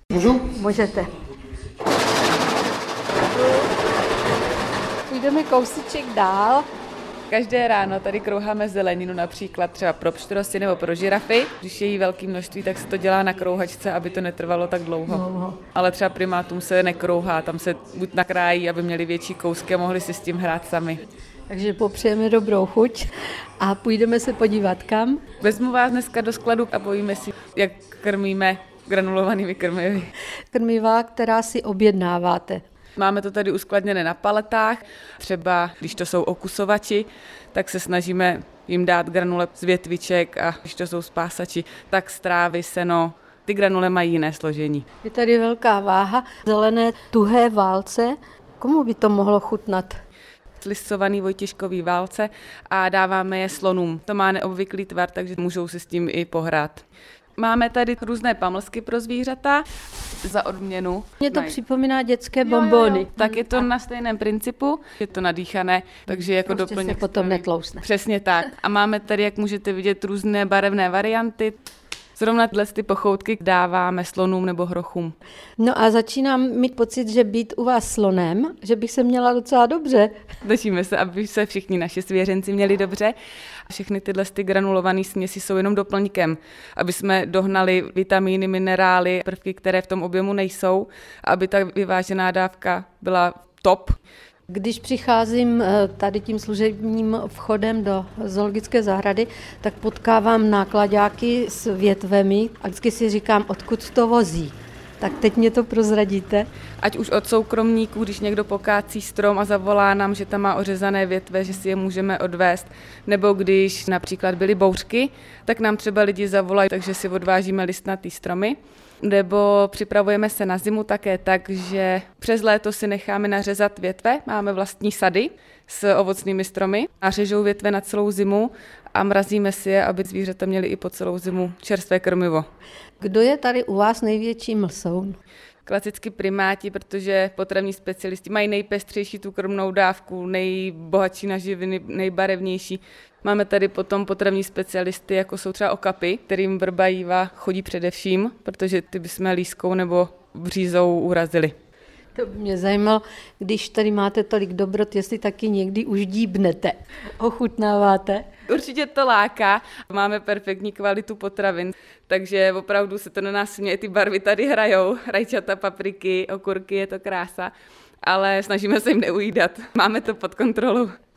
Můžu? Můžete. Půjdeme kousíček dál. Každé ráno tady krouháme zeleninu, například třeba pro pštrosy nebo pro žirafy. Když je jí velké množství, tak se to dělá na krouhačce, aby to netrvalo tak dlouho. Ale třeba primátům se nekrouhá, tam se buď nakrájí, aby měli větší kousky a mohli si s tím hrát sami. Takže popřejeme dobrou chuť a půjdeme se podívat kam. Vezmu vás dneska do skladu a povíme si, jak krmíme granulovanými krmivy. Krmiva, která si objednáváte. Máme to tady uskladněné na paletách, třeba když to jsou okusovači, tak se snažíme jim dát granule z větviček a když to jsou spásači, tak z trávy, seno. Ty granule mají jiné složení. Je tady velká váha, zelené tuhé válce. Komu by to mohlo chutnat? Listovaný vojtěžkový válce a dáváme je slonům. To má neobvyklý tvar, takže můžou si s tím i pohrát. Máme tady různé pamlsky pro zvířata za odměnu. Mně to připomíná dětské bonbony. Tak je to na stejném principu, je to nadýchané, takže jako prostě doplněk. Se potom netlousne. Přesně tak. A máme tady, jak můžete vidět, různé barevné varianty. Zrovna ty pochoutky dáváme slonům nebo hrochům. No a začínám mít pocit, že být u vás slonem, že bych se měla docela dobře. Snažíme se, aby se všichni naši svěřenci měli dobře. Všechny tyhle granulované směsi jsou jenom doplňkem, aby jsme dohnali vitamíny, minerály, prvky, které v tom objemu nejsou, aby ta vyvážená dávka byla top. Když přicházím tady tím služebním vchodem do zoologické zahrady, tak potkávám nákladáky s větvemi a vždycky si říkám, odkud to vozí. Tak teď mě to prozradíte. Ať už od soukromníků, když někdo pokácí strom a zavolá nám, že tam má ořezané větve, že si je můžeme odvést, nebo když například byly bouřky, tak nám třeba lidi zavolají, takže si odvážíme listnatý stromy. Nebo připravujeme se na zimu také tak, že přes léto si necháme nařezat větve, máme vlastní sady s ovocnými stromy a řežou větve na celou zimu a mrazíme si je, aby zvířata měly i po celou zimu čerstvé krmivo. Kdo je tady u vás největší mlsoun? Klasicky primáti, protože potravní specialisti mají nejpestřejší tu krmnou dávku, nejbohatší na živiny, nejbarevnější. Máme tady potom potravní specialisty, jako jsou třeba okapy, kterým vrba jíva chodí především, protože ty bychom lískou nebo břízou urazili. To by mě zajímalo, když tady máte tolik dobrot, jestli taky někdy už díbnete, ochutnáváte. Určitě to láká, máme perfektní kvalitu potravin, takže opravdu se to na nás směje, ty barvy tady hrajou, rajčata, papriky, okurky, je to krása, ale snažíme se jim neujídat, máme to pod kontrolou.